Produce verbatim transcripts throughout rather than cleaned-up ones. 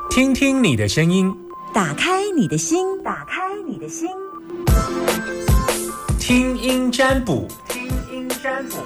听听你的声音， 打开你的心，打开你的心， 听音占卜，听音占卜。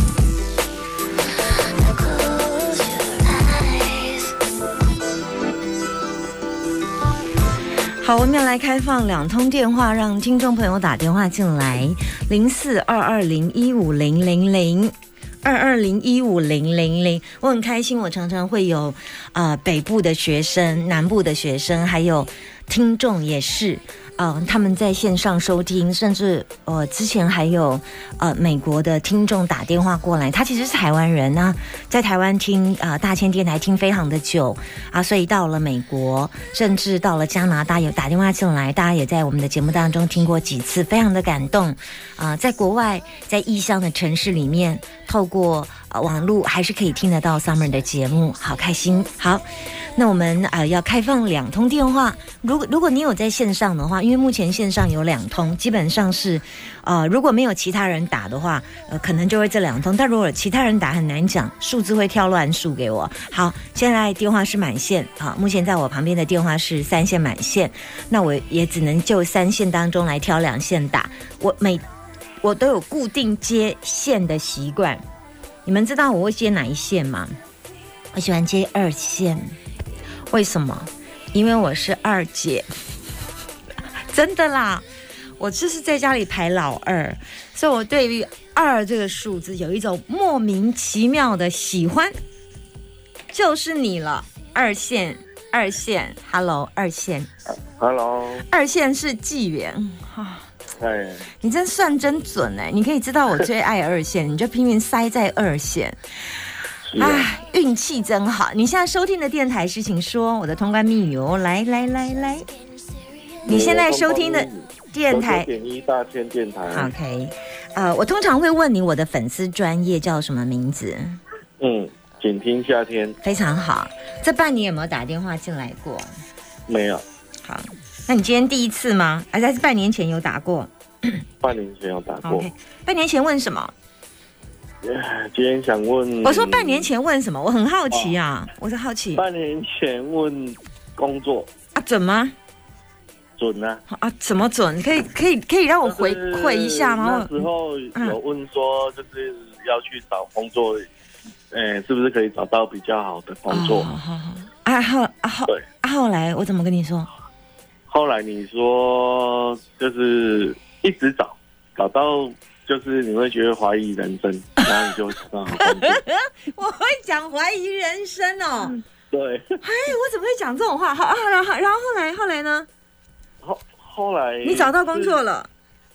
好，我们要来开放两通电话，让听众朋友打电话进来，零四二二零一五零零零。二二零一五零零零，我很开心，我常常会有呃北部的学生、南部的学生，还有听众也是，呃他们在线上收听，甚至呃之前还有呃美国的听众打电话过来，他其实是台湾人啊，在台湾听呃大千电台听非常的久啊，所以到了美国，甚至到了加拿大有打电话进来，大家也在我们的节目当中听过几次，非常的感动啊、呃，在国外在异乡的城市里面。透过、呃、网络还是可以听得到 Summer 的节目，好开心。好，那我们呃要开放两通电话，如果如果你有在线上的话，因为目前线上有两通，基本上是呃如果没有其他人打的话，呃可能就会这两通，但如果其他人打很难讲，数字会跳乱数给我。好，现在电话是满线啊，目前在我旁边的电话是三线满线，那我也只能就三线当中来挑两线打，我每我都有固定接线的习惯，你们知道我会接哪一线吗？我喜欢接二线，为什么？因为我是二姐，真的啦，我就是在家里排老二，所以我对于二这个数字有一种莫名其妙的喜欢，就是你了，二线，二线 ，Hello， 二线 ，Hello， 二线是纪元啊。 哎， 你真算真准哎、欸！你可以知道我最爱二线，你就拼命塞在二线。哎，运气真好！你现在收听的电台是，请说我的通关密语哦。来来来来，你现在收听的电台点一大千电台。 OK， 呃，我通常会问你我的粉丝专业叫什么名字？ 嗯，请听夏天。 非常好。这半年有没有打电话进来过？ 没有。 好。那你今天第一次吗？还是半年前有打过？ 半年前有打过。 Okay. 半年前问什么？ 今天想问， 我说半年前问什么？我很好奇啊，哦、我是好奇。 半年前问工作啊，准吗？ 准啊！ 啊，怎么准？可以可以可以让我回馈一下吗？ 那时候有问说，就是要去找工作，嗯、欸，是不是可以找到比较好的工作？ 好好好。啊后啊后对啊后来我怎么跟你说？ 后来你说就是一直找，找到就是你会觉得怀疑人生，然后你就找到好工作。 我会讲怀疑人生哦。 对。 哎，我怎么会讲这种话？好啊，然后然后后来后来呢？ 后后来你找到工作了？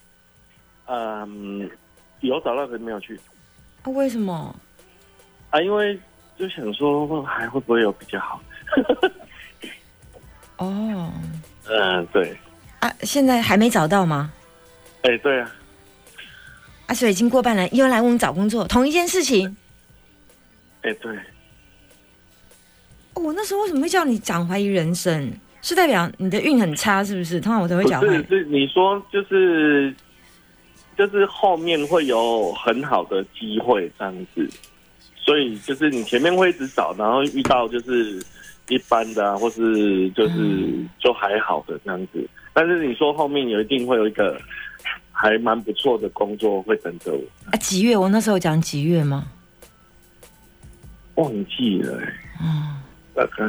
嗯，有找到，可是没有去。 啊？为什么？ 啊，因为就想说还会不会有比较好？ 哦。 嗯，对。 啊，现在还没找到吗？ 哎、欸，对啊。 啊，所以已经过半了，又来问我找工作，同一件事情。 哎、欸，对。 哦，我那时候为什么会叫你讲怀疑人生？是代表你的运很差，是不是？通常我都会讲怀疑。 不是，是你说就是就是后面会有很好的机会这样子，所以就是你前面会一直找，然后遇到就是一般的啊，或是就是就还好的这样子。但是你说后面有一定会有一个还蛮不错的工作会等着我。 啊，几月？我那时候讲几月吗？ 忘记了、欸， 嗯， 大概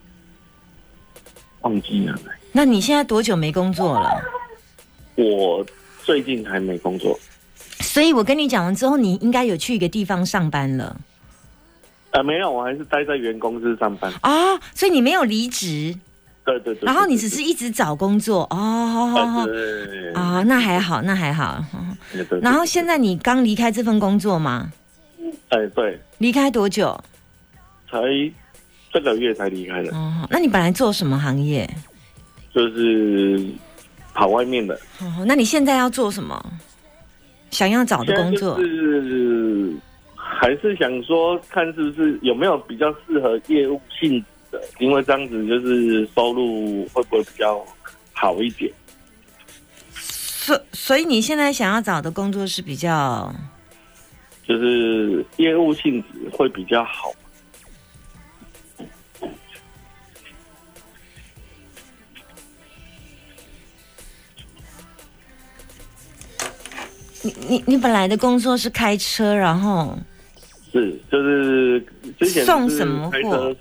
忘记了、欸。 那你现在多久没工作了？ 我最近还没工作。 所以我跟你讲完之后，你应该有去一个地方上班了。 呃，没有，我还是待在原公司上班。 哦，所以你没有离职。 对对 对, 对。 然后你只是一直找工作哦，好好好。 对。 啊、哦，那还好，那还好。 对对对对。 然后现在你刚离开这份工作吗？ 哎、欸，对。 离开多久？ 才这个月才离开的。 哦，那你本来做什么行业？ 就是跑外面的。 哦，那你现在要做什么？想要找的工作？ 是还是想说看是不是有没有比较适合业务性质的，因为这样子就是收入会不会比较好一点？ 所所以你现在想要找的工作是比较， 就是业务性质会比较好。 你你你本来的工作是开车，然后是就是之前送什么货？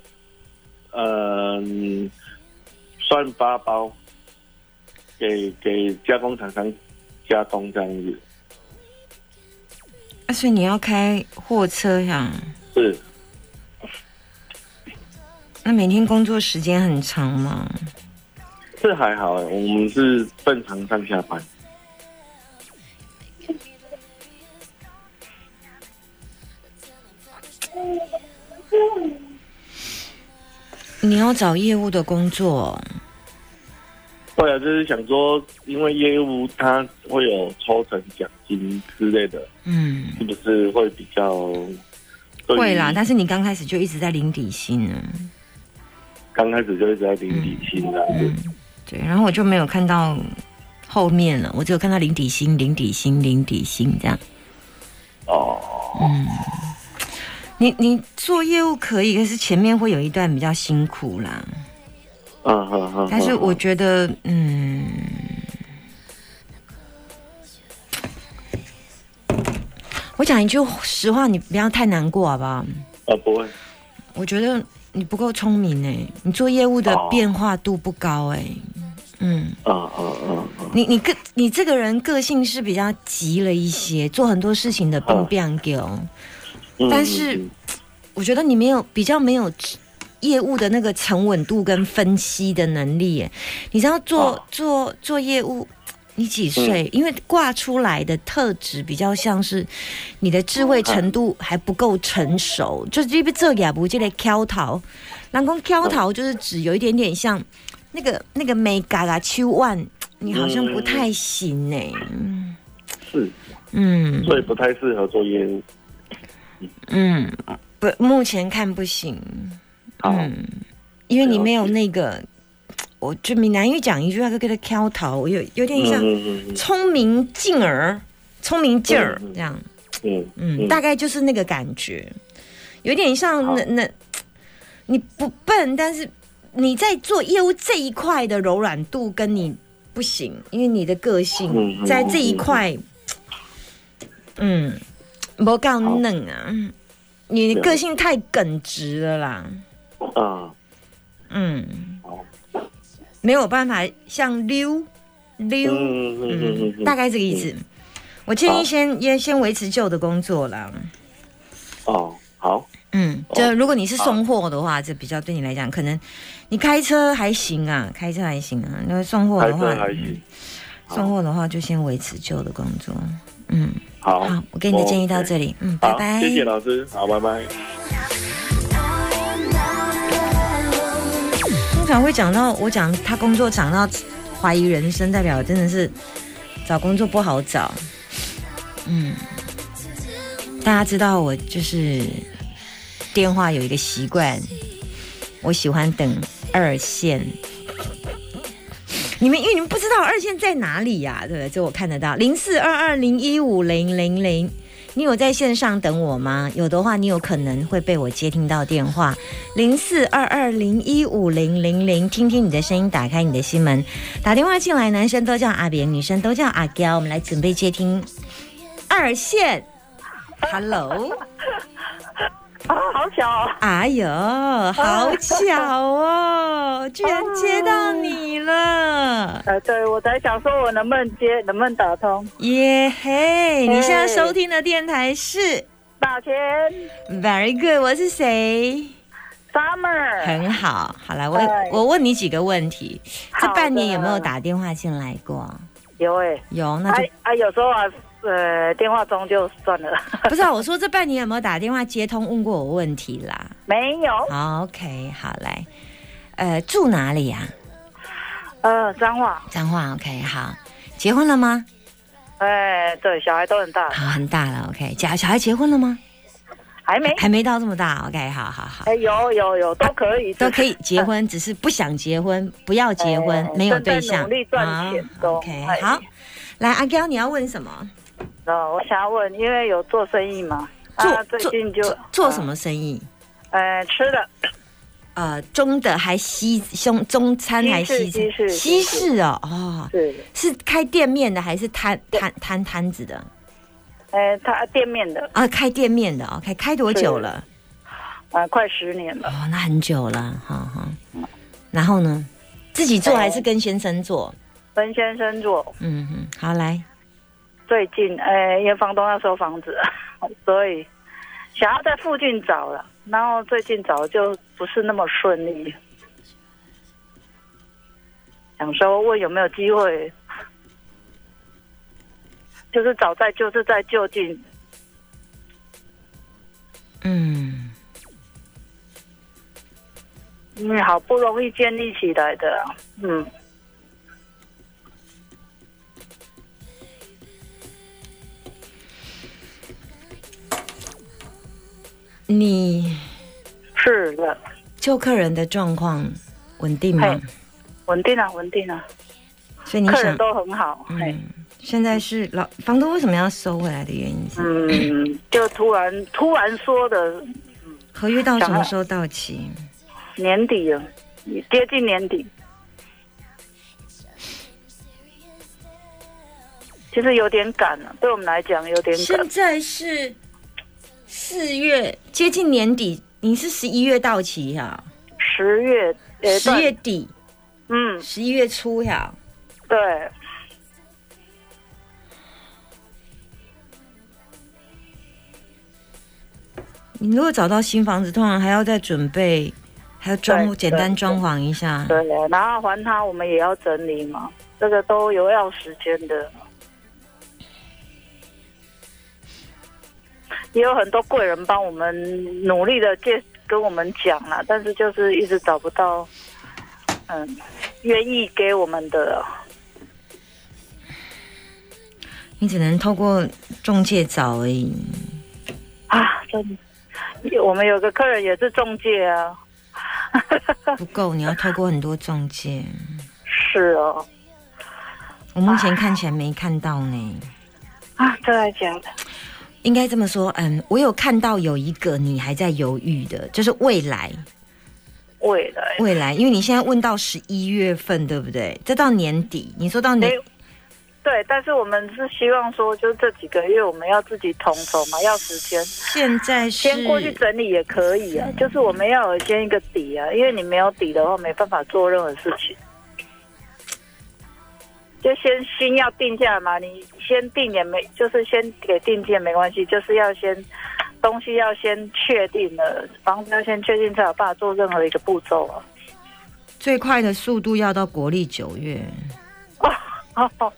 嗯、呃，算发包给给加工厂商加工这样子。 啊，所以你要开货车呀？ 是。 那每天工作时间很长吗？ 这还好，我们是正常上下班。 你要找业务的工作？ 对啊，就是想说，因为业务它会有抽成奖金之类的，嗯，是不是会比较？ 会啦，但是你刚开始就一直在领底薪呢。 刚开始就一直在领底薪这样子、嗯嗯，对，然后我就没有看到后面了，我只有看到领底薪、领底薪、领底薪这样。 哦， 嗯，你你做业务可以，可是前面会有一段比较辛苦啦。 嗯嗯嗯。 但是我觉得，嗯，我讲一句实话，你不要太难过，好不好？ 啊，不会。 我觉得你不够聪明哎，你做业务的变化度不高哎。嗯， 啊啊啊！ 你你个你这个人个性是比较急了一些，做很多事情的蹦变狗，但是我觉得你没有比较没有业务的那个沉稳度跟分析的能力耶。你知道做、啊、做做业务，你几岁、嗯？因为挂出来的特质比较像是你的智慧程度还不够成熟，啊、就是因为这也不这类挑头，人讲挑头就是指有一点点像。那个那个美嘎嘎秋万，你好像不太行哎、欸嗯。是，嗯，所以不太适合做业务。 嗯，不，目前看不行。嗯，因为你没有那个，我就闽南语讲一句话，就给他挑头，有有点像聪明劲儿、聪明劲儿这样。嗯嗯，大概就是那个感觉，有点像那那，你不笨，但是。你在做业务这一块的柔软度跟你不行，因为你的个性在这一块，嗯，不够嫩啊，你的个性太耿直了啦，啊，嗯，没有办法像溜溜，嗯，大概这个意思。我建议先先先维持旧的工作啦。 哦，好。 嗯，就如果你是送货的话，这比较对你来讲，可能你开车还行啊，开车还行啊。因为送货的话，嗯、送货的话就先维持旧的工作。嗯， 好， 好，我给你的建议到这里。嗯，拜拜。 谢谢老师，好，拜拜。 通常会讲到我讲他工作讲到怀疑人生，代表真的是找工作不好找。嗯，大家知道我就是。电话有一个习惯，我喜欢等二线。你们因为你们不知道二线在哪里呀、啊，对不对？这我看得到，零四二二零一五零零零。你有在线上等我吗？有的话，你有可能会被我接听到电话，零四二二零一五零零零，听听你的声音，打开你的心门，打电话进来，男生都叫阿扁，女生都叫阿娇，我们来准备接听二线。Hello。 啊，好巧哦！ 哎呦，好巧哦，居然接到你了！ 呃，对，我才想说我能不能接，能不能打通？ 耶嘿！你现在收听的电台是大千 ，Very good， 我是谁 ？Summer， 很好，好了，我我问你几个问题，这半年有没有打电话进来过？ 有哎、欸， 有，那就啊，有时候啊。呃，电话中就算了。 不是、啊，我说这半年有没有打电话接通问过我问题啦？ 没有。 好 OK， 好来，呃，住哪里呀、 啊？呃，彰化。 彰化 OK， 好，结婚了吗？ 哎，对，小孩都很大。 好，很大了 OK， 小小孩结婚了吗？ 还没， 还没到这么大 OK， 好好好。 哎，有有有，都可以， 啊、都可以结婚，只是不想结婚，不要结婚，没有对象。 努力赚钱都 OK， 好。来，阿娇，你要问什么？ 哦，我想要问，因为有做生意嘛， 做、 啊、最近就做, 做什么生意？ 呃，吃的， 呃，中的还西中中餐还西西式西式哦哦， 是是开店面的还是摊摊摊摊子的？ 哎，他店面的啊，开店面的哦，开开多久了？ 啊，快十年了。 哦，那很久了，哈哈。然后呢，自己做还是跟先生做？ 跟先生做。 嗯哼，好来。 最近，哎，因为房东要收房子，所以想要在附近找了，然后最近找就不是那么顺利。想说问有没有机会，就是找在就是在就近。 嗯， 因为好不容易建立起来的，嗯。 你是的， 就客人的状况稳定吗？ 稳定啊，稳定啊。 所以你想客人都很好。嗯， 现在是老房东为什么要收回来的原因是？ 嗯，就突然突然说的。 合约到什么时候到期？ 年底了，接近年底。其实有点赶了，对我们来讲有点赶。 现在是四月，接近年底，你是十一月到期呀？ 十月， 十月底， 嗯， 十一月初呀。 对。 你如果找到新房子，通常还要再准备，还要装简单装潢一下。 对，然后还他，我们也要整理嘛，这个都有要时间的。也有很多贵人帮我们努力的介跟我们讲啦，但是就是一直找不到，嗯，愿意给我们的。 你只能透过中介找而已。 啊，真的。我们有个客人也是中介啊， 不够，你要透过很多中介。 是哦， 我目前看起来没看到呢。 啊，真的假的？ 应该这么说，嗯，我有看到有一个你还在犹豫的，就是未来， 未来， 未来，因为你现在问到十一月份，对不对？这到年底，你说到年。 对，但是我们是希望说，就这几个月我们要自己统筹嘛，要时间。 现在是先过去整理也可以啊，就是我们要有先一个底啊，因为你没有底的话，没办法做任何事情。就先心要定下来嘛，你先定也没，就是先给定金也没关系，就是要先东西要先确定了，房子要先确定才有办法做任何一个步骤啊。 最快的速度要到国历九月。 哦哦。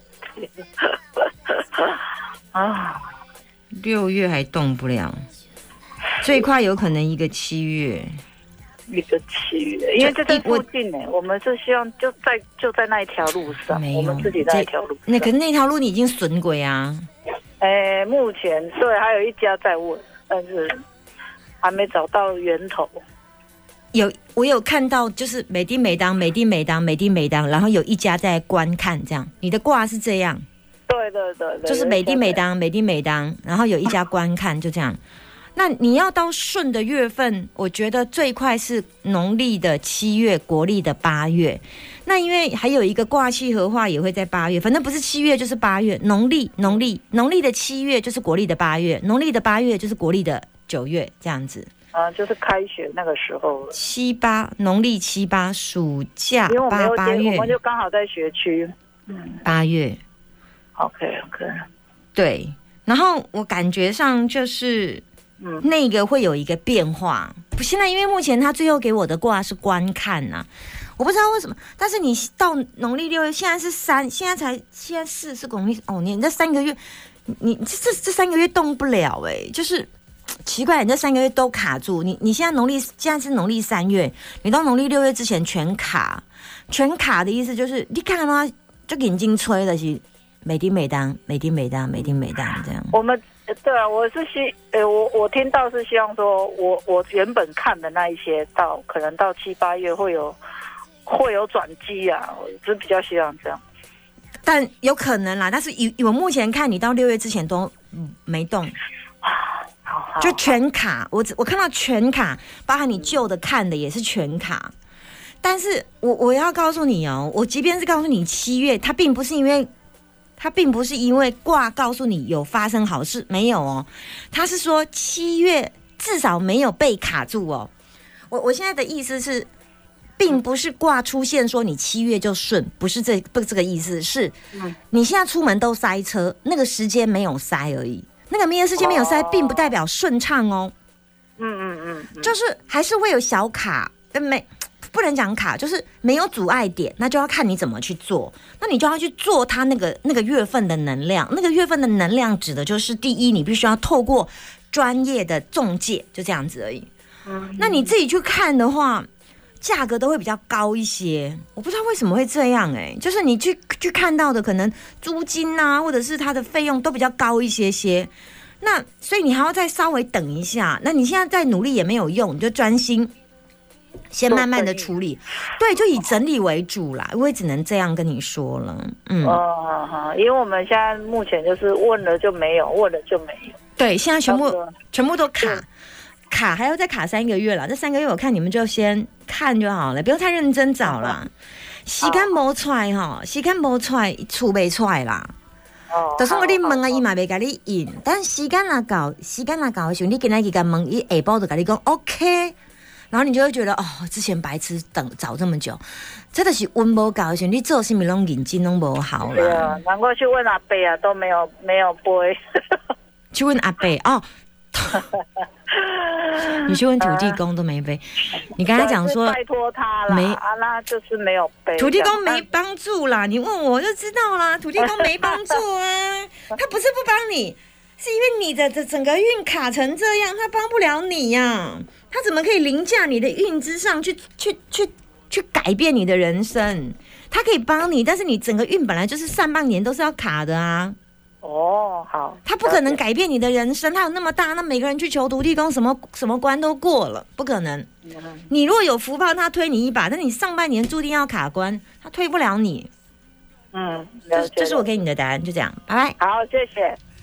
啊， 六月还动不了，最快有可能一个七月， 一个七月，因为就在附近呢。我们是希望就在就在那一条路上，我们自己在那一条路上。 那可是那条路你已经损轨啊。 哎、欸，目前对，还有一家在问，但是还没找到源头。 有，我有看到，就是美丁美当、美丁美当、美丁美当，然后有一家在观看，这样。你的卦是这样？ 对对 对, 对， 就是美丁美当、美丁美当，然后有一家观看，就这样。那你要到顺的月份，我觉得最快是农历的七月，国历的八月。那因为还有一个卦气合化也会在八月，反正不是七月就是八月。农历农历农历的七月就是国历的八月，农历的八月就是国历的九月，这样子。 啊，就是开学那个时候， 七八农历七八暑假， 因为我们有八八月， 我们就刚好在学区，嗯， 八月 ，OK OK， 对。然后我感觉上就是，嗯，那个会有一个变化。现在因为目前他最后给我的卦是观看呐、啊，我不知道为什么。但是你到农历六月，现在是三，现在才现在四是农历哦，你这三个月，你这这这三个月动不了哎、欸，就是。奇怪，你这三个月都卡住。你你现在农历现在是农历三月，你到农历六月之前全卡，全卡的意思就是你看啊，就眼睛吹的是美丁美当、美丁美当、美丁美当这样。 我们对啊，我是希呃、欸，我我听到是希望说，我我原本看的那一些到可能到七八月会有会有转机啊，我是比较希望这样。 但有可能啦，但是以我目前看，你到六月之前都、嗯、没动。就全卡，我我看到全卡，包含你旧的看的也是全卡。但是我我要告诉你哦，我即便是告诉你七月，它并不是因为它并不是因为卦告诉你有发生好事，没有哦，它是说七月至少没有被卡住哦。我我现在的意思是，并不是卦出现说你七月就顺，不是这不是这个意思，是你现在出门都塞车，那个时间没有塞而已，那个那个时间没有塞，并不代表顺畅哦。 嗯嗯嗯， 就是还是会有小卡，没不能讲卡，就是没有阻碍点，那就要看你怎么去做。那你就要去做它那个那个月份的能量，那个月份的能量指的就是第一，你必须要透过专业的中介，就这样子而已。嗯，那你自己去看的话，价格都会比较高一些。我不知道为什么会这样、欸，哎，就是你去去看到的可能租金啊，或者是它的费用都比较高一些些。那所以你还要再稍微等一下。那你现在再努力也没有用，你就专心先慢慢的处理。对，就以整理为主啦。我也只能这样跟你说了。嗯， 哦，好，因为我们现在目前就是问了就没有，问了就没有。 对，现在全部全部都卡。卡还要再卡三个月了，这三个月我看你们就先看就好了，不用太认真找啦。时间没出来哈，时间没出来，出不出来啦。哦，就算我你问啊，伊嘛袂甲你应，但时间若到，时间若到的时候，你今仔日甲问，伊下晡就甲你讲 OK， 然后你就会觉得哦，之前白痴等找这么久，真的是温无够的时候，你做什么拢认真拢无好啦。 对啊，难怪去问阿伯啊，都没有没有背。 去问阿伯哦。你去问土地公都没背，你刚才讲说拜托他啦，没啊，那就是没有背。 土地公没帮助啦，你问我就知道啦，土地公没帮助啊，他不是不帮你，是因为你的的整个运卡成这样，他帮不了你呀、啊，他怎么可以凌驾你的运之上去去去去改变你的人生？他可以帮你，但是你整个运本来就是上半年都是要卡的啊。 哦，好， 他不可能改变你的人生，他有那么大，那每个人去求土地公，什么什么关都过了，不可能。嗯、你如果有福报，他推你一把，但你上半年注定要卡关，他推不了你。 嗯， 这这是我给你的答案，就这样，拜拜。 好，谢谢。